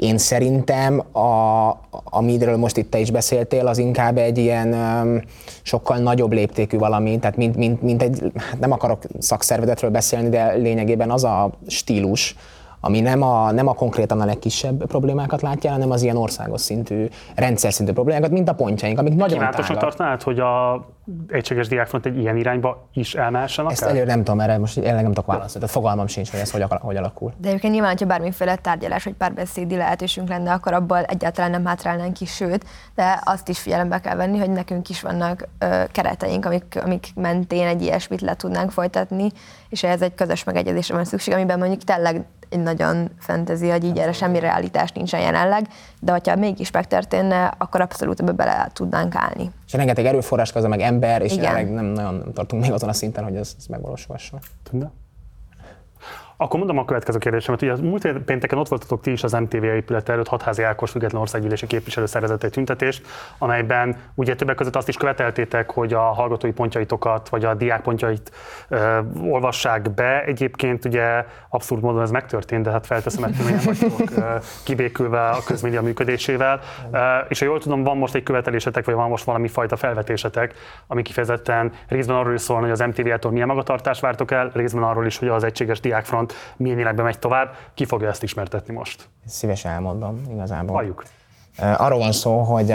Én szerintem, amiről most itt te is beszéltél, az inkább egy ilyen sokkal nagyobb léptékű valami, tehát mint egy, nem akarok szakszervezetről beszélni, de lényegében az a stílus, ami nem a konkrétan a legkisebb problémákat látja, hanem az ilyen országos szintű, rendszer szintű problémákat, mint a pontjaink, amik nagyon kívánatosnak tágak. tartanád, hogy a Egységes Diákfront egy ilyen irányba is elmehessen akár? Ezt előre nem tudom, erre most jelenleg nem tudok válaszolni, tehát fogalmam sincs, hogy ez hogy alakul. De egyébként nyilván, hogyha bármiféle tárgyalás vagy párbeszédi lehetőségünk lenne, akkor abból egyáltalán nem hátrálnánk ki, sőt, de azt is figyelembe kell venni, hogy nekünk is vannak kereteink, amik mentén egy ilyesmit le tudnánk folytatni, és ehhez egy közös megegyezésre van szükség, amiben mondjuk tényleg egy nagyon fantasy, hogy így erre semmi realitás nincsen jelenleg, de hogyha mégis megtörténne, akkor abszolút ebbe bele tudnánk állni. És rengeteg erőforrás az meg ember, és jelenleg nem nagyon tartunk még azon a szinten, hogy ez megvalósulhasson. Akkor mondom a következő kérdésemet. Ugye múlt pénteken ott voltatok ti is az MTV épület előtt, Hatházi Ákos független országgyűlési képviselő szervezett egy tüntetést, amelyben ugye többek között azt is követeltétek, hogy a hallgatói pontjaitokat, vagy a diák pontjait olvassák be. Egyébként ugye abszurd módon ez megtörtént, de hát felteszem, hogy nem vagytok kibékülve a közmédia működésével. És ha jól tudom, van most egy követelésetek, vagy van most valami fajta felvetésetek, ami kifejezetten részben arról is szól, hogy az MTV-től milyen magatartást vártok el, részben arról is, hogy az Egységes Diákfront milyen irányba megy tovább. Ki fogja ezt ismertetni most? Szívesen elmondom, igazából. Halljuk. Arról van szó, hogy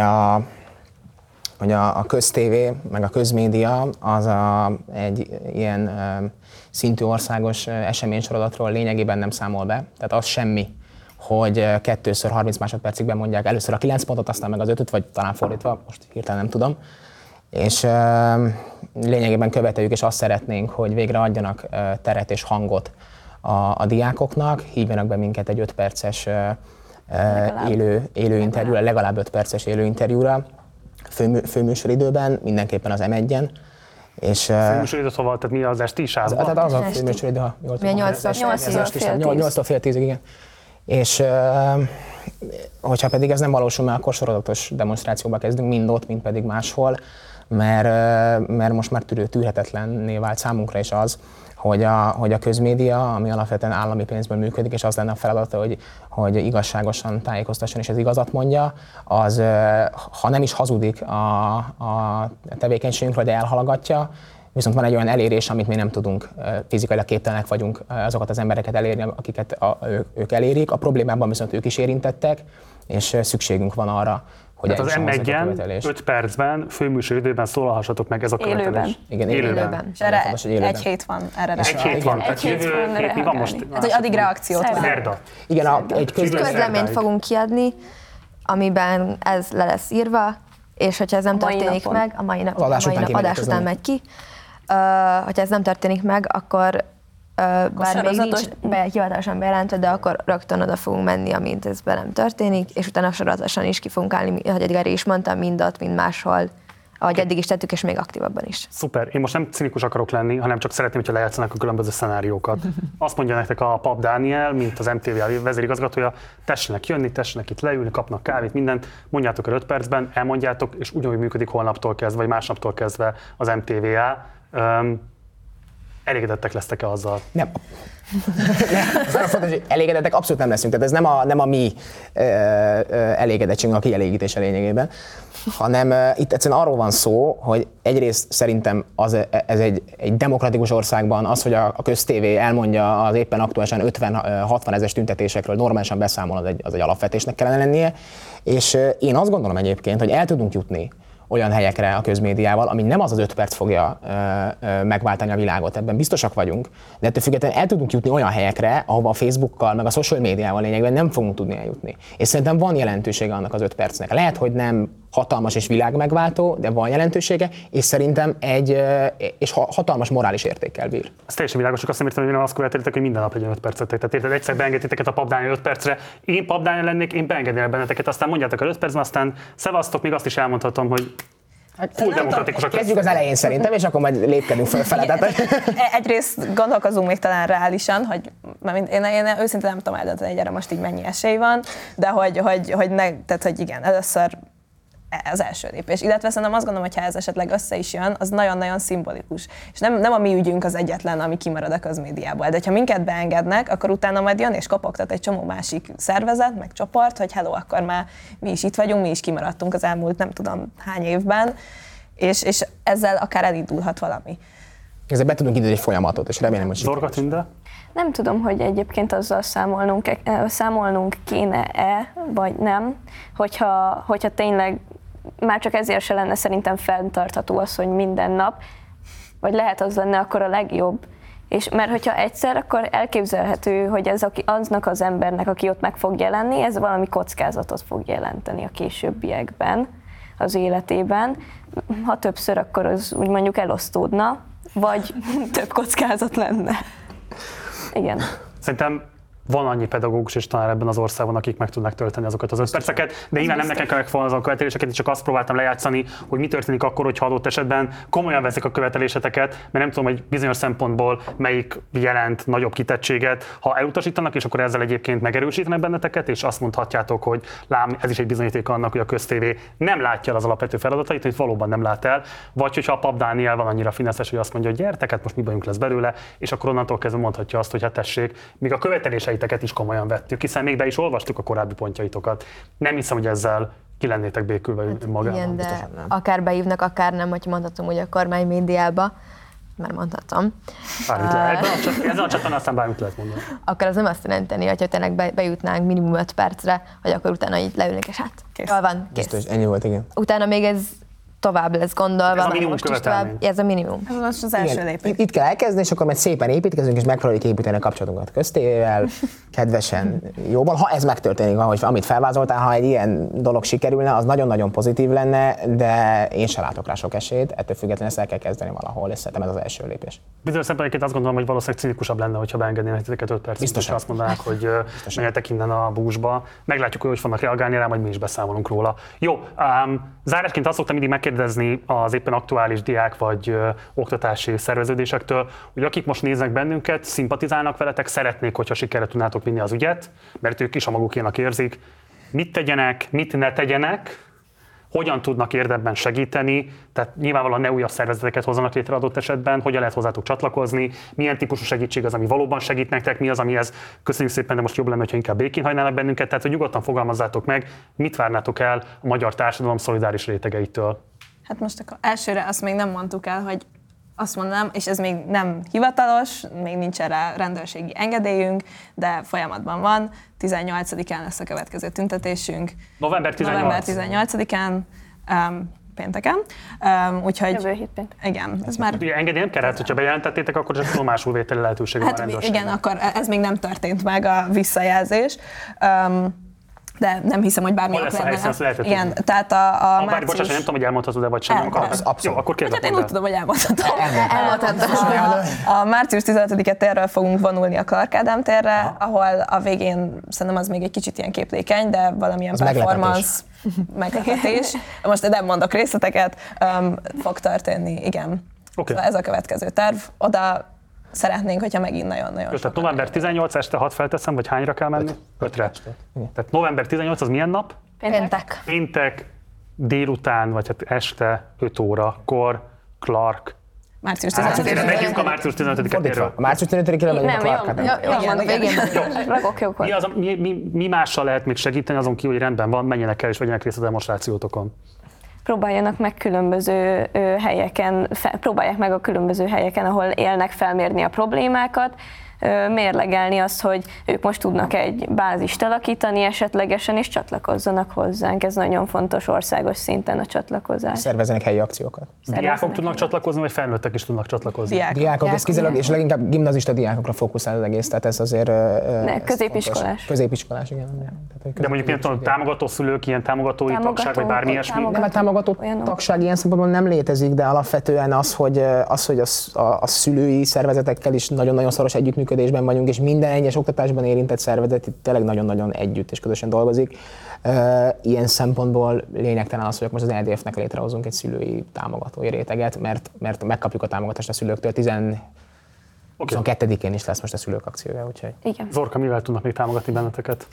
a köztévé, meg a közmédia az egy ilyen szintű országos eseménysorodatról lényegében nem számol be. Tehát az semmi, hogy 2x 30 másodpercig bemondják először a 9 pontot, aztán meg az 5-öt, vagy talán fordítva, most hirtelen nem tudom. És lényegében követeljük, és azt szeretnénk, hogy végre adjanak teret és hangot a diákoknak, hívjanak be minket egy 5 perces élő interjúra, legalább 5 perces élő interjúra, főműsoridőben, mindenképpen az M1-en. Főműsoridő, szóval, tehát mi az esti is áll? Tehát az a főműsoridő, ha jól tudom. 8-tól 10-ig, igen. És hogyha pedig ez nem valósul meg, akkor sorozatos demonstrációba kezdünk, mind ott, mind pedig máshol, mert most már tűrhetetlenné vált számunkra is az, hogy a közmédia, ami alapvetően állami pénzből működik, és az lenne a feladata, hogy igazságosan tájékoztasson és az igazat mondja, az, ha nem is hazudik a tevékenységünkről, de elhallgatja, viszont van egy olyan elérés, amit mi nem tudunk, fizikailag képtelenek vagyunk azokat az embereket elérni, akiket ők elérik. A problémában viszont ők is érintettek, és szükségünk van arra, hogy az M1-en 5 percben főműsoridőben szólalhassatok meg, ez a követelés. Élőben. Igen, élőben. És erre egy hét van erre. Egy hét van, tehát jövő hét mi van most? Hát, hogy addig reakciót van. Szerda. Igen, egy közleményt fogunk kiadni, amiben ez le lesz írva, és hogyha ez nem történik meg, a mai nap adás után megy ki, hogyha ez nem történik meg, akkor bár még nincs hivatalosan bejelentve, de akkor rögtön oda fogunk menni, amint ez be nem történik, és utána sorozatosan is ki fogunk állni, ahogy Edgar is mondta, mind ott, mind máshol, ahogy eddig is tettük, és még aktívabban is. Szuper. Én most nem cinikus akarok lenni, hanem csak szeretném, hogyha lejátszanak a különböző szenáriókat. Azt mondja nektek a Pap Dániel, mint az MTV vezérigazgatója, tessenek jönni, tessenek itt leülni, kapnak kávét, mindent, mondjátok el 5 percben, elmondjátok, és ugyanúgy működik holnaptól kezdve, vagy másnaptól kezdve az MTVA. Elégedettek lesztek-e azzal? Nem. Ez nagyon fontos, hogy elégedettek abszolút nem leszünk. Tehát ez nem a mi elégedettségünk, a kielégítése lényegében, hanem itt egyszerűen arról van szó, hogy egyrészt szerintem ez egy demokratikus országban az, hogy a köztévé elmondja az éppen aktuálisan 50-60 ezres tüntetésekről, normálisan beszámol, az egy alapvetésnek kellene lennie. És én azt gondolom egyébként, hogy el tudunk jutni olyan helyekre a közmédiával, ami nem az 5 perc fogja megváltani a világot, ebben biztosak vagyunk, de ettől függetlenül el tudunk jutni olyan helyekre, ahova a Facebookkal, meg a social médiával lényegben nem fogunk tudni eljutni. És szerintem van jelentősége annak az 5 percnek. Lehet, hogy nem hatalmas és világmegváltó, de van jelentősége, és szerintem és hatalmas morális értékkel bír. Ez teljesen világos, csak azt nem értem, hogy azt követelitek, hogy minden nap legyen 5 percetek. Tehát érted, egyszer beengedtétek a Pap Dániel 5 percre, én Pap Dániel lennék, én beengednél benneteket, aztán mondjátok el 5 percben, aztán szevasztok, még azt is elmondhatom, hogy full demokratikusak. Kezdjük az elején szerintem, és akkor majd lépkedünk fölfele. Egyrészt gondolkozunk még talán reálisan, hogy én őszintén nem tudom eldönteni, hogy erre most így mennyi esély van, de hogy igen, először az első lépés. Illetve szerintem azt gondolom, hogy ha ez esetleg össze is jön, az nagyon-nagyon szimbolikus. És nem a mi ügyünk az egyetlen, ami kimarad a közmédiából. De ha minket beengednek, akkor utána majd jön és kopogtat egy csomó másik szervezet, meg csoport, hogy hello, akkor már mi is itt vagyunk, mi is kimaradtunk az elmúlt nem tudom hány évben, és ezzel akár elindulhat valami. Ezzel be tudunk indulni egy folyamatot, és remélem, hogy Zorka Tünde? Nem tudom, hogy egyébként azzal számolnunk kéne-e, vagy nem, hogyha tényleg már csak ezért se lenne szerintem fenntartható az, hogy minden nap, vagy lehet az lenne akkor a legjobb. És mert hogyha egyszer, akkor elképzelhető, hogy ez aznak az embernek, aki ott meg fog jelenni, ez valami kockázatot fog jelenteni a későbbiekben, az életében. Ha többször, akkor az úgy mondjuk elosztódna, vagy több kockázat lenne. Igen. Szerintem van annyi pedagógus és tanár ebben az országban, akik meg tudnak tölteni azokat az 5 perceket, de nyilván nem nekem kell megfogalmazni a követeléseket, csak azt próbáltam lejátszani, hogy mi történik akkor, hogyha adott esetben komolyan veszik a követeléseteket, mert nem tudom, hogy bizonyos szempontból melyik jelent nagyobb kitettséget, ha elutasítanak, és akkor ezzel egyébként megerősítenek benneteket, és azt mondhatjátok, hogy lám, ez is egy bizonyíték annak, hogy a köztévé nem látja el az alapvető feladatait, hogy valóban nem lát el, vagy hogyha a Pap Dániel van annyira fineszes, hogy azt mondja, hogy gyertek, hát most mi bajunk lesz belőle, és akkor onnantól kezdve mondhatja azt, hogy hát tessék, még a követeléseiteket is komolyan vettük, hiszen még be is olvastuk a korábbi pontjaitokat. Nem hiszem, hogy ezzel ki lennétek békülve magában. Igen, de akár beívnak, akár nem, hogy mondhatom, hogy a kormány médiába, mert mondhatom. Bármit lehet, ezen a csatornán aztán bármit lehet mondani. Akkor az nem azt jelenteni, hogyha tényleg bejutnánk minimum 5 percre, hogy akkor utána így leülünk, és hát jól van, kész. Biztos, ennyi volt, igen. Utána még ez tovább lesz gondolva. Ez a minimum követelmény. Ez a minimum. Ez most az első lépés. Itt kell elkezdeni, és akkor majd szépen építkezünk, és megpróbáljuk építeni a kapcsolatunkat köztével, kedvesen, jóban. Ha ez megtörténik, ahogy amit felvázoltál, ha egy ilyen dolog sikerülne, az nagyon-nagyon pozitív lenne, de én sem látok rá sok esélyt, ettől függetlenül ezt el kell kezdeni valahol, és szerintem ez az első lépés. Bizonyos szempontból azt gondolom, hogy valószínűleg cinikusabb lenne, hogyha beengednének titeket 5 percig, és azt mondanák, hogy menjetek innen a búzsba. Meglátjuk, hogy fognak reagálni rá, majd mi is beszámolunk róla. Jó, zárásként azt szoktam mindig megkérdezni az éppen aktuális diák vagy oktatási szerveződésektől, hogy akik most néznek bennünket, szimpatizálnak veletek, szeretnék, hogyha sikerre tudnátok vinni az ügyet, mert ők is a magukénak érzik, mit tegyenek, mit ne tegyenek, hogyan tudnak érdemben segíteni, tehát nyilvánvalóan ne újabb szervezeteket hozzanak létre adott esetben, hogyan lehet hozzátok csatlakozni, milyen típusú segítség az, ami valóban segít nektek, mi az, amihez köszönjük szépen, de most jobb lenne, hogyha inkább békén hagynának bennünket, tehát hogy nyugodtan fogalmazzátok meg, mit várnátok el a magyar társadalom szolidáris rétegeitől. Hát most akkor elsőre azt még nem mondtuk el, hogy azt mondanám, és ez még nem hivatalos, még nincs erre rendőrségi engedélyünk, de folyamatban van. 18-án lesz a következő tüntetésünk. November 18-án, pénteken. Úgyhogy jövő hét péntek. Igen, ez már... Engedély nem kellett, hogyha bejelentettétek, akkor csak tudomásul vételi lehetőség van a rendőrségnek. Igen, akkor ez még nem történt meg a visszajelzés. De nem hiszem, hogy bármi ok lenne. Igen, tehát a március... Bocsánat, nem tudom, hogy elmondhatod-e vagy sem. Jó, akkor kérdezem. Hát én úgy tudom, hogy elmondhatom. A március 15-e térről fogunk vonulni a Clark Ádám térre, ahol a végén szerintem az még egy kicsit ilyen képlékeny, de valamilyen az performance, meglepetés. Most nem mondok részleteket, fog történni, igen. Szóval ez a következő terv. Oda szeretnénk, hogyha megint nagyon-nagyon jó, tehát november 18 este 6 felteszem, vagy hányra kell menni? 5-re. Tehát november 18 az milyen nap? Péntek. Péntek délután, vagy hát este 5 órakor Clark. Március 15-én. Megyünk a március 15-e térről. A március 15-ére megyünk a Clark. Mi mással lehet még segíteni azon ki, hogy rendben van, menjenek el és vegyenek részt a demonstrációtokon? Próbáljanak meg különböző helyeken, próbálják meg a különböző helyeken, ahol élnek, felmérni a problémákat, mérlegelni azt, hogy ők most tudnak egy bázist alakítani esetlegesen, és csatlakozzanak hozzánk. Ez nagyon fontos országos szinten a csatlakozás. Szervezzenek helyi akciókat. Diákok tudnak csatlakozni, vagy felnőttek is tudnak csatlakozni? Diákok, ez kizárólag, és leginkább gimnazista diákokra fókuszál az egész, tehát ez azért... Középiskolás. Középiskolás, igen. De mondjuk ilyen támogató szülők, ilyen támogatói tagság, vagy bármi ilyesmi? Nem, a támogató tagság ilyen szempontból nem létezik, de alapvetően az, hogy a szülői szervezetekkel is nagyon-nagyon szoros együttműködésben vagyunk, és minden egyes oktatásban érintett szervezet itt tényleg nagyon-nagyon együtt és közösen dolgozik. Ilyen szempontból lényegtelen az, hogy most az LDF-nek létrehozunk egy szülői támogatói réteget, mert megkapjuk a támogatást a szülőktől. 22-én is lesz most a szülők akciója, úgyhogy... Igen. Zorka, mivel tudnak még támogatni benneteket?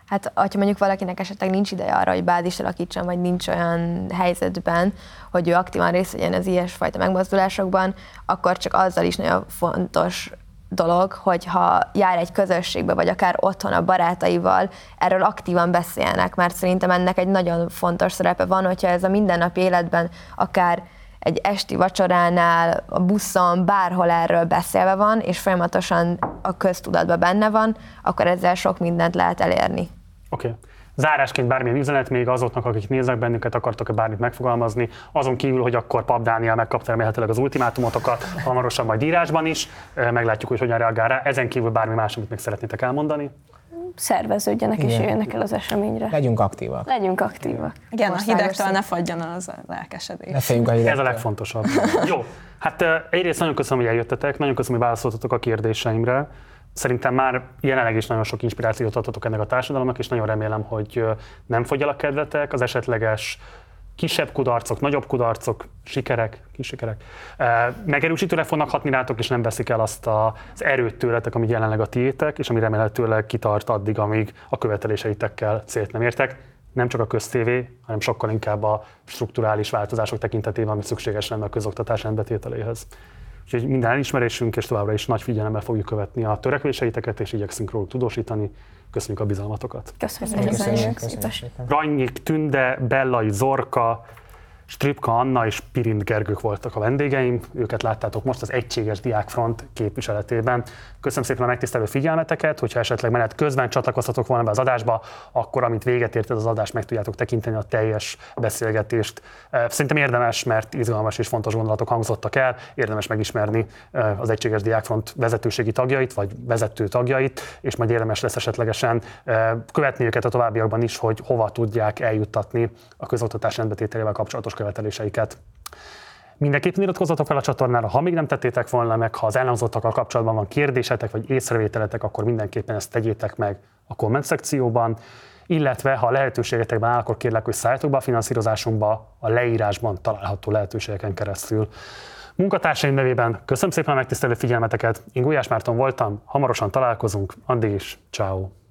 Hát, ha mondjuk valakinek esetleg nincs ideje arra, hogy bázist alakítson, vagy nincs olyan helyzetben, hogy ő aktívan részt vegyen az ilyesfajta megmozdulásokban, akkor csak azzal is nagyon fontos dolog, hogyha jár egy közösségbe, vagy akár otthon a barátaival, erről aktívan beszélnek, mert szerintem ennek egy nagyon fontos szerepe van, hogyha ez a mindennapi életben akár egy esti vacsoránál, a buszon, bárhol erről beszélve van, és folyamatosan a köztudatban benne van, akkor ezzel sok mindent lehet elérni. Oké. Zárásként bármilyen üzenet még azoknak, akik néznek bennünket, akartak-e bármit megfogalmazni, azon kívül, hogy akkor Papp Dániel megkapta remélhetőleg az ultimátumotokat, hamarosan majd írásban is, meglátjuk, hogy hogyan reagál rá. Ezen kívül bármi más, amit még szeretnétek elmondani? Szerveződjenek és jöjjenek el az eseményre. Legyünk aktívak. Legyünk aktívak. Igen, a hidegtől ne fagyjon az a lelkesedés. Ne féljünk a hidegtől. Ez a legfontosabb. Jó, hát egyrészt nagyon köszönöm, hogy eljöttetek, nagyon köszönöm, hogy válaszoltatok a kérdéseimre. Szerintem már jelenleg is nagyon sok inspirációt adtatok ennek a társadalomnak, és nagyon remélem, hogy nem fogy el a kedvetek, az esetleges kisebb kudarcok, nagyobb kudarcok, sikerek, kis sikerek, megerősítőre fognak hatni rátok, és nem veszik el azt az erőt tőletek, ami jelenleg a tiétek, és ami remélhetőleg kitart addig, amíg a követeléseitekkel célt nem értek. Nem csak a köztévé, hanem sokkal inkább a strukturális változások tekintetében, ami szükséges lenne a közoktatás rendbetételéhez. Úgyhogy minden elismerésünk, és továbbra is nagy figyelemmel fogjuk követni a törekvéseiteket, és igyekszünk róluk tudósítani. Köszönjük a bizalmatokat. Köszönjük. Rajnyik, Tünde, Bellai, Zorka, Stripka Anna és Pirint Gergők voltak a vendégeim. Őket láttátok most az Egységes Diákfront képviseletében. Köszönöm szépen a megtisztelő figyelmeteket, hogyha esetleg menet közben csatlakoztatok volna be az adásba, akkor amint véget ért ez az adás, meg tudjátok tekinteni a teljes beszélgetést. Szerintem érdemes, mert izgalmas és fontos gondolatok hangzottak el, érdemes megismerni az Egységes Diákfront vezetőségi tagjait, vagy vezető tagjait, és majd érdemes lesz esetlegesen követni őket a továbbiakban is, hogy hova tudják eljuttatni a közoktatás rendbetételével kapcsolatos követeléseiket. Mindenképpen iratkozzatok fel a csatornára, ha még nem tettétek volna meg, ha az elhangzottakkal kapcsolatban van kérdésetek vagy észrevételetek, akkor mindenképpen ezt tegyétek meg a komment szekcióban, illetve ha lehetőségetekben áll, akkor kérlek, hogy szálljatok be a finanszírozásunkba a leírásban található lehetőségeken keresztül. Munkatársaim nevében köszönöm szépen a megtisztelő figyelmeteket, én Gulyás Márton voltam, hamarosan találkozunk, addig is, ciao.